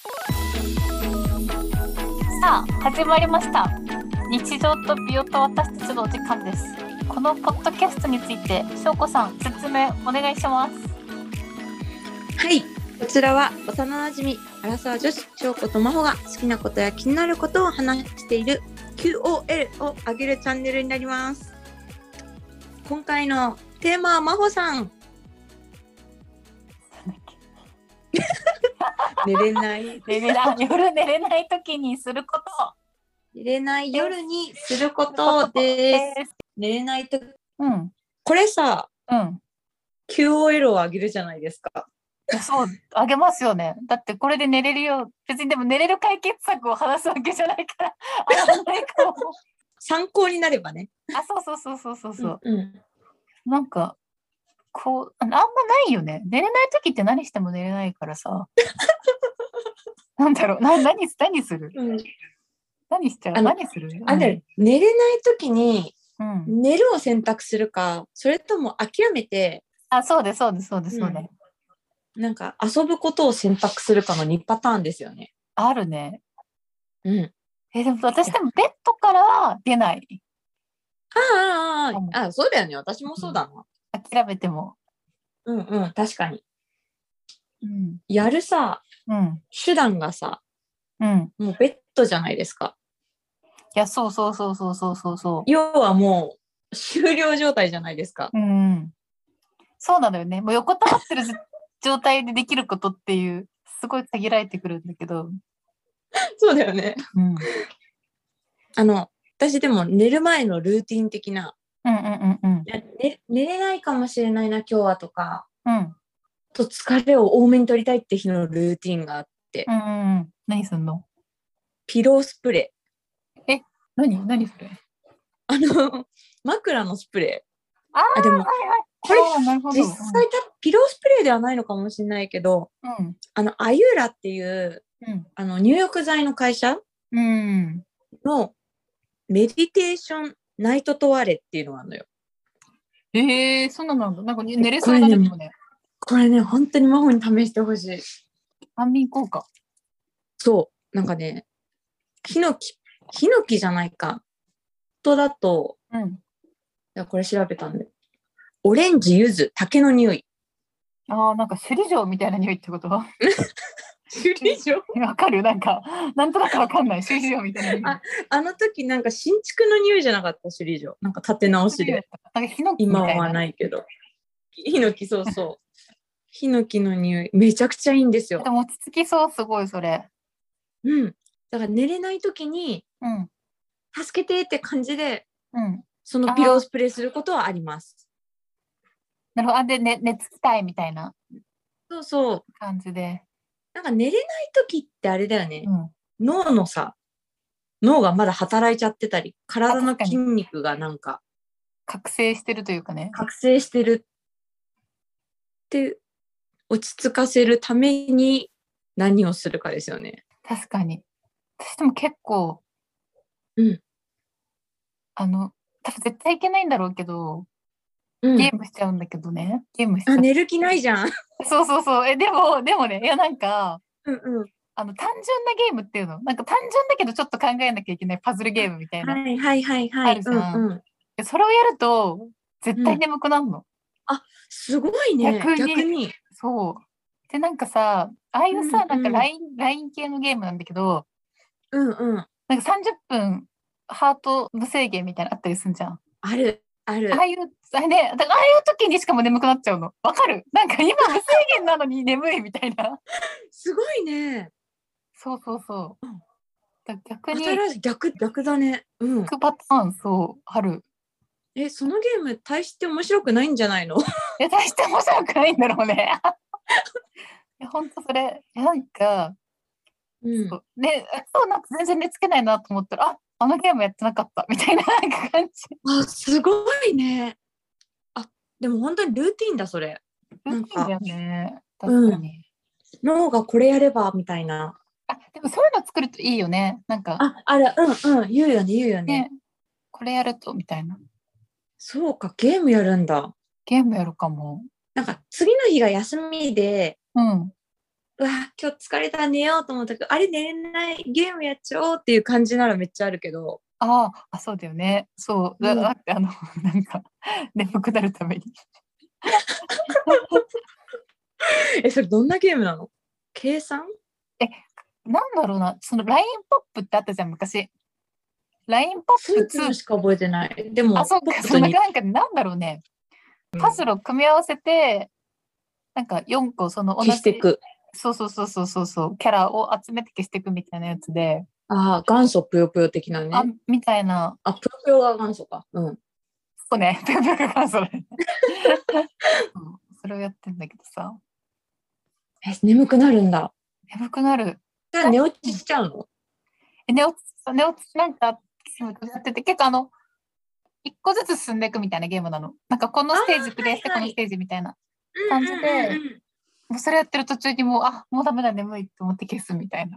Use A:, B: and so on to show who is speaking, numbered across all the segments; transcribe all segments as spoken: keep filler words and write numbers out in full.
A: さあ始まりました。日常と美容と私たちのお時間です。このポッドキャストについて翔子さん説明お願いします。
B: はい、こちらは幼なじみアラサー女子翔子と真帆が好きなことや気になることを話している キューオーエル を上げるチャンネルになります。今回のテーマは真帆さん寝れない
A: 寝れない夜寝れない時にすること
B: 寝れない夜にすることです。寝れないと、
A: うん、
B: これさ、
A: うん、
B: キューオーエル を上げるじゃないですか。
A: そうあげますよね。だってこれで寝れるよ。別にでも寝れる解決策を話すわけじゃないからあらないかも。
B: 参考になればね。
A: あ、そうそうそうそうそうそう、
B: うんうん、
A: なんかこうあんまないよね。寝れない時って何しても寝れないからさなんだろうな、何何する、
B: うん、
A: 何しちゃう
B: あの
A: 何する、
B: あれ、うん、寝れない時に
A: うん、
B: 寝るを選択するか、それとも諦めて、
A: あ、そうですそうですそうですそうね、
B: うん、なんか遊ぶことを選択するかのにパターンですよね。
A: あるね。
B: うん。
A: え、でも私でもベッドからは出ない。
B: ああ、ああ、ああ、そうだよね。私もそうだな。
A: うん、諦めても。
B: うんうん、確かに。
A: うん。
B: やるさ、
A: うん。
B: 手段がさ、
A: うん。
B: もうベッドじゃないですか。
A: いや、そうそうそうそうそうそうそう。
B: 要はもう終了状態じゃないですか。
A: うん。そうなのよね。もう横たわってる状態でできることっていう、すごい限られてくるんだけど。
B: そうだよね。
A: うん。
B: あの、私でも寝る前のルーティン的な、
A: うんうんうんうん。
B: 寝、寝れないかもしれないな、今日はとか、
A: うん。
B: と疲れを多めに取りたいって日のルーティンがあって、
A: うんうんうん。何すんの？
B: ピロースプレ
A: え、何何それ？
B: ー。あの、枕のスプレー。
A: あ
B: あ、でも、
A: はいはい。
B: これ、
A: なるほど。
B: 実際、ピロースプレーではないのかもしれないけど、
A: うん。
B: あの、アユーラっていう、
A: うん。
B: あの、入浴剤の会社
A: うん。
B: のメディテーションナイトトワレっていうのがあるのよ。
A: えー、そんなのなんだ。なんか寝れそう
B: これね、
A: だね、もね。
B: これね、本当に魔法に試してほしい。
A: 安眠効果。
B: そう、なんかね、ヒノキ、ヒノキじゃないか。とだと、
A: うん。
B: いやこれ調べたんで。オレンジ、柚子、竹の匂い。
A: ああ、なんか首里城みたいな匂いってこと？
B: 首里城
A: わかる？なんか、なんとなくわかんない。首里城みたいな匂い。
B: あ、あの時なんか新築の匂いじゃなかった、首里城。なんか立て直しで。
A: なんかヒノキみ
B: 今
A: たいな。
B: はないけど。ヒノキ、そうそう。ヒノキの匂い、めちゃくちゃいいんですよ。
A: でも落ち着きそう、すごいそれ。
B: うん。だから寝れない時に、
A: うん。
B: 助けてって感じで、
A: うん。
B: そのピロースプレーすることはあります。
A: なるほど。あ、で、ね、寝つきたいみたいな
B: そうそう。
A: 感じで。
B: なんか寝れない時ってあれだよね。
A: うん。
B: 脳のさ、脳がまだ働いちゃってたり、体の
A: 確かに
B: 筋肉がなんか
A: 覚醒してるというかね。
B: 覚醒してるって落ち着かせるために何をするかですよね。
A: 確かに。私でも結構、
B: うん。
A: あの、多分絶対いけないんだろうけど、
B: うん、
A: ゲームしちゃうんだけどね。ゲームしちゃ
B: あ、
A: う。
B: 寝る気ないじゃん。
A: そうそうそう。え、でも、でもね、いやなんか、
B: うんうん。
A: あの、単純なゲームっていうの、なんか単純だけどちょっと考えなきゃいけないパズルゲームみたいな、
B: はいはいはいは
A: あ
B: い。うん
A: るじゃん。
B: うん。
A: でそれをやると、絶対
B: うん。
A: 眠くなるの。
B: あ、すごいね。
A: 逆に。
B: 逆に。
A: そう。で、なんかさ、ああいうさ、
B: うん
A: なんか
B: うん。
A: ライン、ライン系のゲームなんだけど、
B: うんうん。
A: なんかさんじゅっぷんハート無制限みたいなのあったりするじゃん。
B: ある、ある。
A: ああいう、あれね、だからああいう時にしかも眠くなっちゃうの。わかる？なんか今無制限なのに眠いみたいな。
B: すごいね。
A: そうそうそう。だ逆に、
B: 新しい、逆、逆だね。うん。
A: 逆パターン、そう、ある。
B: え、そのゲーム、大して面白くないんじゃないの？
A: いや、大して面白くないんだろうね。いや、ほんとそれ、なんか、
B: うん。
A: そうね、そう、なんか全然寝つけないなと思ったら、あ、あのゲームやってなかったみたいななんか感じ。
B: あ、すごいね。あ、でも本当にルーティンだ、それ。なんか、
A: ルーティンだよね。確
B: うん。
A: かに。
B: 脳がこれやれば、みたいな。
A: あ、でもそういうの作るといいよね。なんか、
B: あ、あれ、うんうん、言うよね、言うよね。
A: ね、これやるとみたいな。
B: そうか、ゲームやるんだ。
A: ゲームやるかも。
B: なんか、次の日が休みで、
A: うん。
B: うわ今日疲れた寝ようと思ったけどあれ寝れないゲームやっちゃおうっていう感じならめっちゃあるけど、
A: あーあ、そうだよね。そう。だ、
B: うん、
A: だってあの、なんか、眠くなるために。
B: えそれどんなゲームなの？計算？
A: え、なんだろうな。その ライン ポップってあったじゃん、昔。ライン ポップ
B: そういうの
A: ツー。
B: しか覚えてない。で
A: あ、
B: も
A: そっか、そんな、
B: ポップと似て
A: なんか、なんだろうね。
B: る、うん、
A: パズルを組み合わせて、なんかよんこ、その同じ、
B: 消していく。
A: そうそうそうそうそうそう、キャラを集めて消していくみたいなやつで、
B: ああ元祖ぷよぷよ的な
A: あ、
B: ね。
A: みたいな、
B: あぷよぷよが元祖か。うん。
A: そうね、ペンペンが感想ね。そうそれをやってんだけどさ、
B: え眠くなるんだ。
A: 眠くなる。
B: じゃあ寝落ちしちゃうの？
A: え、寝落ち、寝落ちなんか、やってて、結構あの、一個ずつ進んでいくみたいなゲームなの。なんかこの
B: あ
A: ステージクリアして、
B: はいはい。
A: このステージみたいな感じ
B: うんうん
A: で、
B: うんうん。
A: もうそれやってる途中にもう、あ、もうダメだ、眠いって思って消すみたいな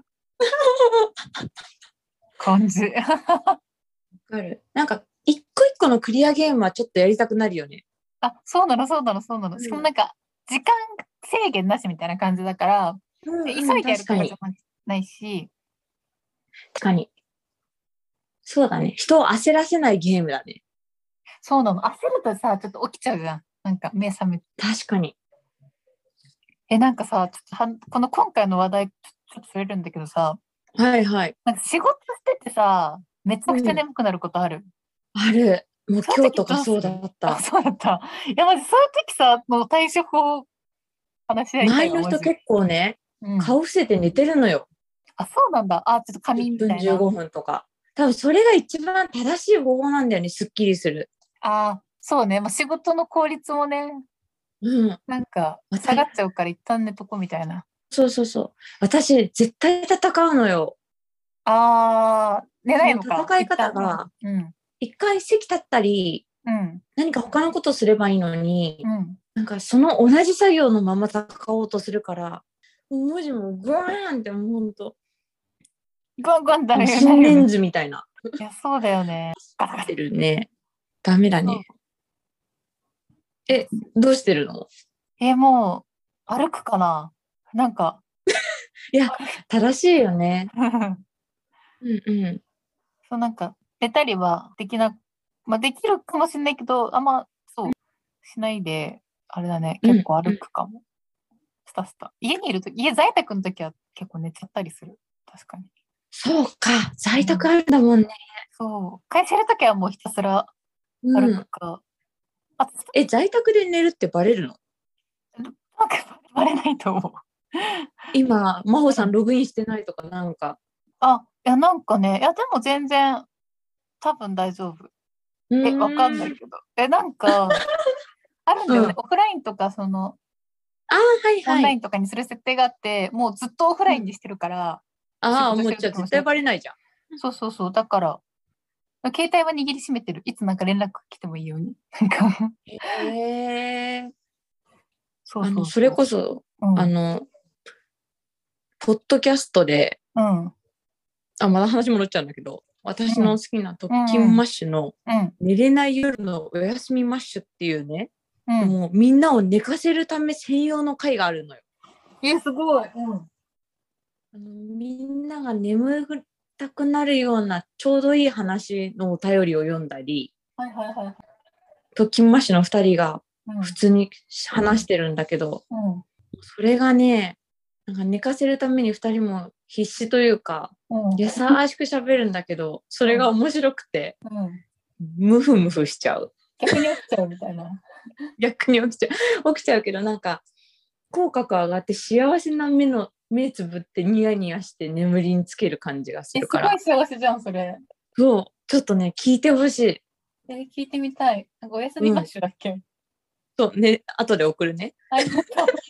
A: 感じ。
B: わかる。なんか一個一個のクリアゲームはちょっとやりたくなるよね。
A: あ、そうなの、そうなの、そうなの。しかもなんか、時間制限なしみたいな感じだから、
B: うんうん、
A: で急いでやる
B: 確かに。
A: とかじゃないし、
B: 確かに。そうだね。人を焦らせないゲームだね。
A: そうなの。焦るとさ、ちょっと起きちゃうじゃん。なんか目覚めて。
B: 確かに。
A: え、なんかさ、ちょっとはんこの今回の話題、ちょちょっとそれるんだけどさ、
B: はいはい。
A: なんか仕事しててさ、めちゃくちゃ
B: うん。
A: 眠くなることある。
B: ある。もう
A: そういう
B: 今日とかそう
A: 時どうする？あ、
B: だった。
A: そうだった。いや、まじそういう時さ、もう対処法話し合いたいわ、
B: 周りの
A: マジ。
B: 人結構ね、
A: うん。
B: 顔伏せて寝てるのよ。
A: あ、そうなんだ。あ、ちょっと仮
B: 10
A: 眠みた
B: 分
A: いな。
B: じゅうごふんとか。多分それが一番正しい方法なんだよね。すっきりする。
A: あ、そうね。まあ、仕事の効率もね、
B: うん。
A: なんか下がっ
B: 私、
A: ちゃうから一旦寝とこみたいな。
B: そうそうそう。私、絶対戦うのよ。
A: あー、寝な
B: その
A: いのか、
B: 戦い
A: 一旦。
B: 方が、
A: うん。
B: 一回席立ったり、
A: うん。
B: 何か他のことすればいいのに、
A: うん。
B: なんかその同じ作業のまま戦おうとするから、もう文字もグワーンってもうほんと、
A: グワングワンだ
B: もう
A: よな
B: 心電
A: るよね。
B: 図みたいな。
A: いや、そうだよね。ガタガタ。
B: てるね。ダメだ
A: そう。
B: ね。え、どうしてるの？
A: え、もう、歩くかななんか、
B: いや、正しいよね。うんうん。
A: そう、なんか、寝たりはできな、まあ、できるかもしれないけど、あんま、そう、しないで、あれだね、
B: うん
A: 結構
B: うん。
A: 歩くかも。スタスタ。家にいるとき、家在宅のときは結構寝ちゃったりする。確かに。
B: そうか。在
A: うん。
B: 宅あるんだもんね。
A: そう。会社いるときはもうひたすら歩
B: うん。
A: くか。あ、
B: え、在宅で寝るってバレるの？
A: なんかバレないと思う。
B: 今、真帆さん
A: うん。
B: ログインしてないとかなんか。
A: あ、いや、なんかね、いや、でも全然、多分大丈夫。
B: う
A: え、わかんな
B: ーん。
A: いけど。え、なんか、あるんだよね。
B: うん。
A: オフラインとか、その、
B: ああ、はいはい。
A: オンラインとかにする設定があって、もうずっとオフラインにしてるから、仕
B: ああ、
A: 事してる
B: もうじゃあ絶
A: 時も仕事。
B: 対バレないじゃん。
A: そうそうそう。だから、携帯は握りしめてる。いつなんか連絡来てもいいように。なんか
B: へえ。
A: そう
B: あの、それ
A: そうそ
B: こそ、
A: う。うん。
B: あの、ポッドキャストで、
A: うん。
B: あ、まだ話戻っちゃうんだけど、私の
A: うん。
B: 好きな特
A: うん。
B: 勤マッシュの
A: うん。
B: 寝れない夜のおやすみマッシュっていうね、
A: うん。
B: もうみんなを寝かせるため専用の回があるのよ。
A: え、すごい。うん。
B: あのみんなが眠たくなるようなちょうどいい話のお便りを読んだり、
A: はいはいはい。
B: 特勤マッシュのふたりが
A: うん。
B: 普通に話してるんだけど、
A: うん。
B: それがね、なんか寝かせるためにふたりも必死というか、
A: うん。
B: 優しく喋るんだけど、それが面白くて、
A: うん。
B: ムフムフしちゃう。
A: 逆に起きちゃうみたいな。
B: 逆に起きちゃう。起きちゃうけど、なんか、口角上がって幸せな目の、目つぶってニヤニヤして眠りにつける感じがす
A: え、
B: るから、
A: すごい幸せじゃん、それ。
B: そう、ちょっとね、聞いてほしい。
A: え、聞いてみたい。なんかおやすみ
B: うん。
A: マッシュだっけ？
B: そう、ね、後で送るね。
A: ありがとう。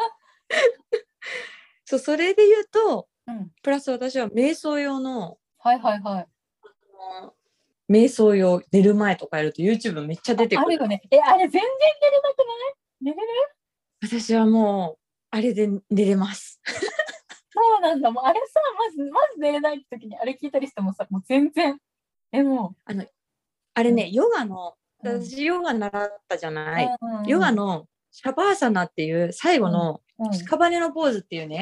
B: そう、それで言うと、
A: うん。
B: プラス私は瞑想用の、
A: はいはいはい。
B: 瞑想用寝る前とかやると YouTube めっちゃ出
A: あ、
B: てくるの。
A: あるよね。え、あれ全然寝れなくない？寝れる？
B: 私はもう、あれで寝れます。
A: そうなんだ。もうあれさ、まず、まず寝れないって時にあれ聞いたりしてもさ、もう全然。え、も
B: あの、あ
A: う。うん。
B: れね、ヨガの、
A: うん。
B: 私ヨガ習ったじゃない。
A: うんうんうん。
B: ヨガのシャバーサナっていう最後
A: うん。
B: の
A: うん。
B: 屍のポーズっていうね、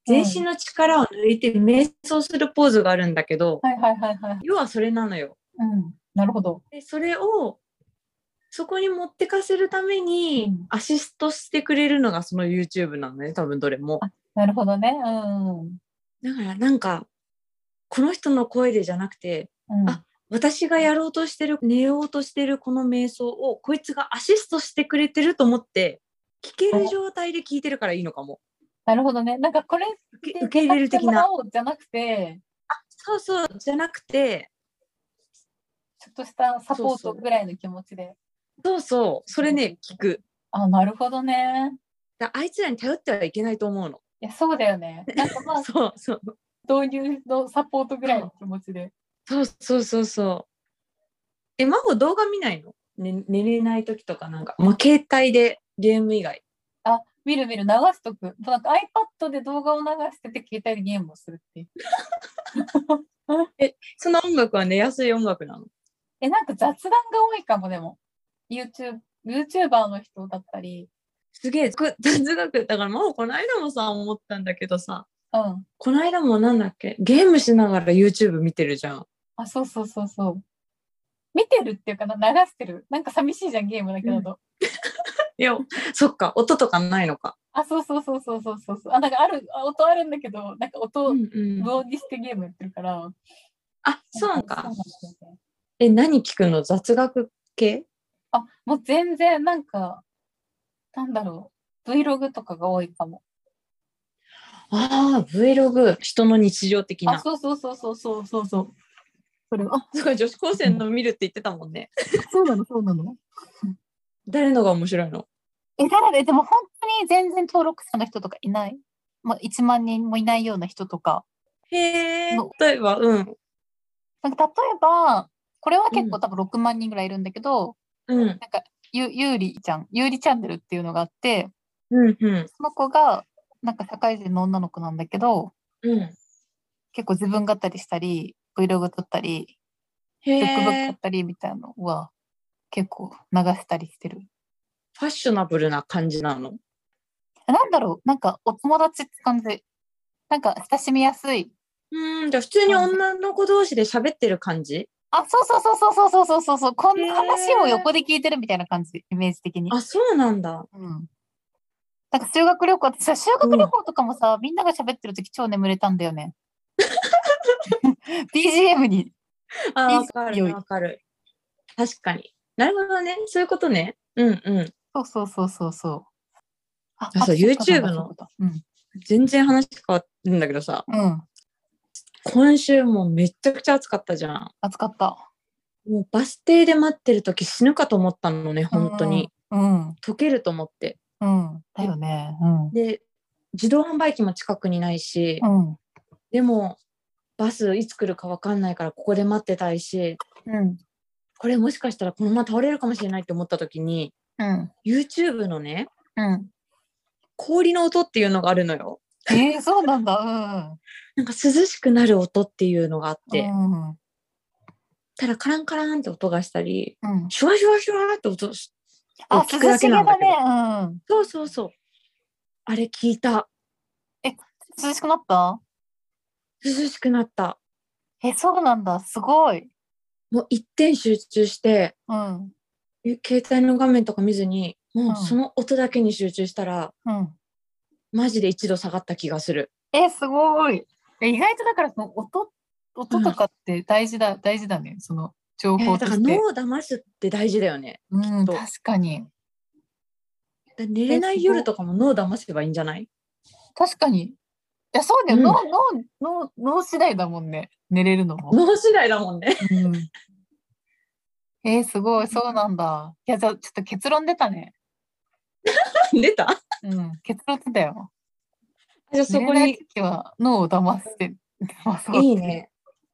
B: 全身の力を抜いて瞑想するポーズがあるんだけど、
A: はいはいはいはい。
B: 要はそれなのよ。
A: うん。なるほど。
B: でそれをそこに持ってかせるために
A: うん
B: アシストしてくれるのがその YouTube なのね、多分どれも。
A: あ、なるほどね。うん。うん。
B: だからなんかこの人の声でじゃなくて、あ、私がやろうとしてる、寝ようとしてるこの瞑想をこいつがアシストしてくれてると思って聞ける状態で聞いてるからいいのかも。
A: なるほどね。なんかこれ
B: 受け受け入れる的な。
A: じゃなくて、
B: そうそうじゃなくて、
A: ちょっとしたサポートぐらいの気持ちで。
B: そうそうそれね聞く。
A: あ、なるほどね。
B: だあいつらに頼ってはいけないと思うの。
A: いや、そうだよね。なんかまあ、
B: そうそう
A: 導入のサポートぐらいの気持ちで。
B: そうそうそうそう。え、真帆動画見ないの？ね、寝れない時とかなんか、まあ、携帯でゲーム以外。
A: あ、見る見る、流しとく。なんか iPad で動画を流してて、携帯でゲームをするっていう。
B: え、その音楽は寝やすい音楽なの？
A: え、なんか雑談が多いかも、でも。YouTube、YouTuber の人だったり。
B: すげえ、雑学、だから真帆この間もさ、思ったんだけどさ、
A: うん。
B: この間もなんだっけ、ゲームしながら YouTube 見てるじゃん。
A: あ、そうそうそうそう。見てるっていうかな、流してる。なんか寂しいじゃん、ゲームだけだと。うん、
B: いや、そっか、音とかないのか。
A: あ、そうそうそうそうそうそう。あ、なんかある、音あるんだけど、なんか音、無音にしてゲームやってるから。
B: あ、そうなんか。え、何聞くの？雑学系？
A: あ、もう全然なんか、なんだろう、Vlog とかが多いかも。
B: ああ、Vlog、人の日常的な。
A: あ、そうそうそうそうそうそうそう。それ
B: あ、すごい女子高生の見るって言ってたもんね。
A: そうなの、そうなの。
B: 誰のが面白いの？
A: え、誰で、でも本当に全然登録者の人とかいない。もういちまん人もいないような人とか。
B: へえ。例えば、うん。
A: なんか例えば、これは結構多分ろくまん人ぐらいいるんだけど、
B: うん、
A: なんかゆ、ゆうりちゃん、ゆうりチャンネルっていうのがあって、
B: うんうん、
A: その子が、なんか社会人の女の子なんだけど、
B: うん、
A: 結構自分語りしたり、Vlog 撮ったり、ルックブック撮ったりみたいなのは結構流したりしてる。
B: ファッショナブルな感じなの？
A: なんだろう、なんかお友達って感じ。なんか親しみやすい。
B: うん、じゃあ普通に女の子同士で喋ってる感じ？
A: あ、そうそうそうそうそうそうそうそう。こんな話を横で聞いてるみたいな感じ、イメージ的に。
B: あ、そうなんだ。
A: うん。なんか修学旅行ってさ、修学旅行とかもさ、うん、みんなが喋ってる時超眠れたんだよね。ビージーエム に。
B: あ、わかるわかる。確かに。なるほどね。そういうことね。うんうん。
A: そうそうそうそうそう。
B: あ、そう、YouTube の、うん、全然話変わるんだけどさ、
A: うん、
B: 今週もめちゃくちゃ暑かったじゃん。
A: 暑かった。
B: もうバス停で待ってる時死ぬかと思ったのね、本当に。
A: うん。
B: 溶けると思って。
A: うん。だよね。うん。
B: で、自動販売機も近くにないし、
A: うん、
B: でも、バスいつ来るか分かんないからここで待ってたいし、
A: うん、
B: これもしかしたらこのまま倒れるかもしれないって思った時に、
A: うん、
B: YouTube のね、
A: うん、
B: 氷の音っていうのがあるのよ。
A: えー、そうなんだ。うん。
B: なんか涼しくなる音っていうのがあって、
A: うん、
B: ただカランカランって音がしたり、
A: うん、
B: シュワシュワシュワって音を
A: 聞くだけなんだけど、あ、涼しげだね。うん。
B: そうそうそう。あれ聞いた。
A: え、涼しくなった？
B: 涼しくなった。
A: え、そうなんだ。すごい。
B: もう一点集中して、
A: うん、
B: 携帯の画面とか見ずに、もうその音だけに集中したら、
A: うん、
B: マジで一度下がった気がする。
A: え、すごい。意外とだからその音、音とかって大事だ、うん、大事だね。その情報として。
B: だから脳を騙すって大事だよね。
A: うん、確かに。
B: 寝れない夜とかも脳を騙せばいいんじゃない？
A: 確かに。いや、そうだよ、うん、脳、脳、脳、脳次第だもんね。寝れるのも。
B: 脳次第だもんね。
A: うん、えー、すごい、そうなんだ。いや、じゃあちょっと結論出たね。
B: 出た？
A: うん、結論出たよ。
B: じゃあそこに
A: は脳を騙して騙そう。
B: いいね。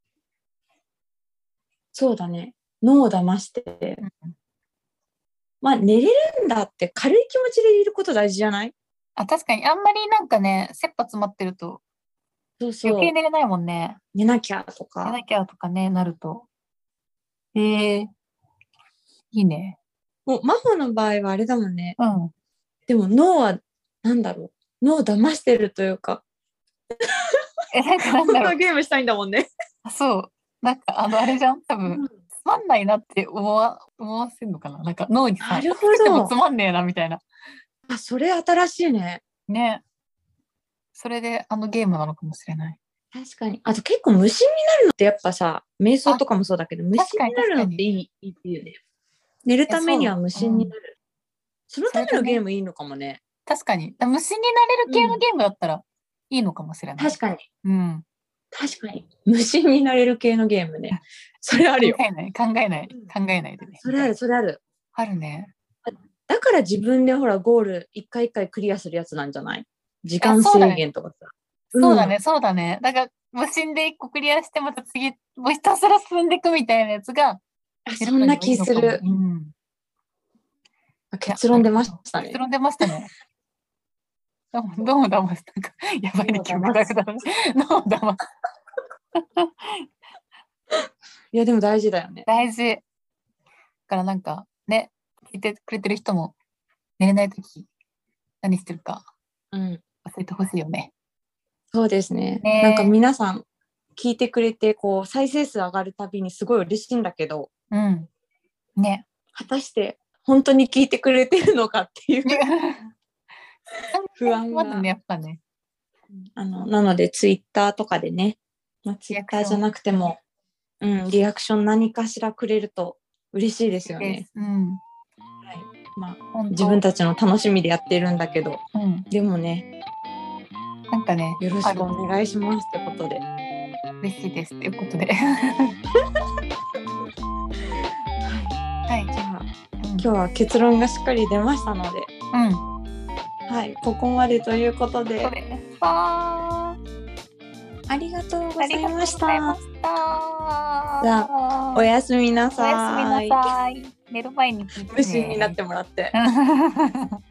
B: そうだね。脳を騙して、うん、まあ寝れるんだって軽い気持ちでいること大事じゃない？
A: あ、確かにあんまりなんかね、切羽詰まってると
B: そうそう
A: 余計寝れないもんね。
B: 寝なきゃとか
A: 寝なきゃとかねなると。えー、いいね。
B: もう真帆の場合はあれだもんね。
A: うん。
B: でも脳はなんだろう。脳を騙してるというか、
A: え、なんかなん
B: 本当
A: だろう。
B: はゲームしたいんだもんね。
A: あそう。なんかあの、あれじゃん多分、つまんないなって思わ、思わせんのかななんか脳にさ、
B: なるほ
A: 起きてても
B: ど
A: つ。まんねえなみたいな。
B: あ、それ新しいね。
A: ね。それであのゲームなのかもしれない。
B: 確かに。あと結構無心になるのってやっぱさ、瞑想とかもそうだけど、無
A: 確かに
B: 心になるのっていい、いいっていうね。寝るためには無心になる。そのためのゲームいいのかもね。
A: 確かに。無心になれる系のゲームだったらいいのかもしれない。
B: 確かに。
A: うん。
B: 確かに。無心になれる系のゲームね。それあるよ。
A: 考えない、考えない、考えないでね。
B: それある、それある。
A: あるね。
B: だから自分でほら、ゴール一回一回クリアするやつなんじゃない？時間制限とかさ。
A: そうだね、そうだね。だから、無心で一個クリアして、また次、もうひたすら進んでいくみたいなやつが、
B: そんな気する。
A: うん、
B: 結論出ましたね。
A: 結論出ましたね。どうも、どうも騙す。なんか、やばいね、今日グダグダだね。どうも騙す。
B: いや、でも大事だよね。
A: 大事。だからなんか、ね、聞いてくれてる人も、寝れないとき、何してるか、
B: うん、
A: 忘れてほしいよね。
B: そうですね。
A: ね
B: なんか皆さん、聞いてくれて、こう、再生数上がるたびにすごい嬉しいんだけど、
A: うん。ね。
B: 果たして本当に聞いてくれてるのかっていう不安が、
A: まだね、やっぱね。
B: あのなのでツイッターとかでね、まあ、ツイッターじゃなくても、うん、リアクション何かしらくれると嬉しいですよね。
A: うん、
B: はい、まあ自分たちの楽しみでやってるんだけど、
A: うん、
B: でもね、
A: なんかね、
B: よろしくお願いしますってことで。
A: 嬉しいですっていうことで。はい、
B: じゃあ、うん、今日は結論がしっかり出ましたので、
A: うん、
B: はい、ここまでということで、
A: あ
B: りがとうございました。
A: じゃ
B: あ、おやすみなさい。
A: おやすみなさい。寝る前に聞いてね。
B: 無心になってもらって。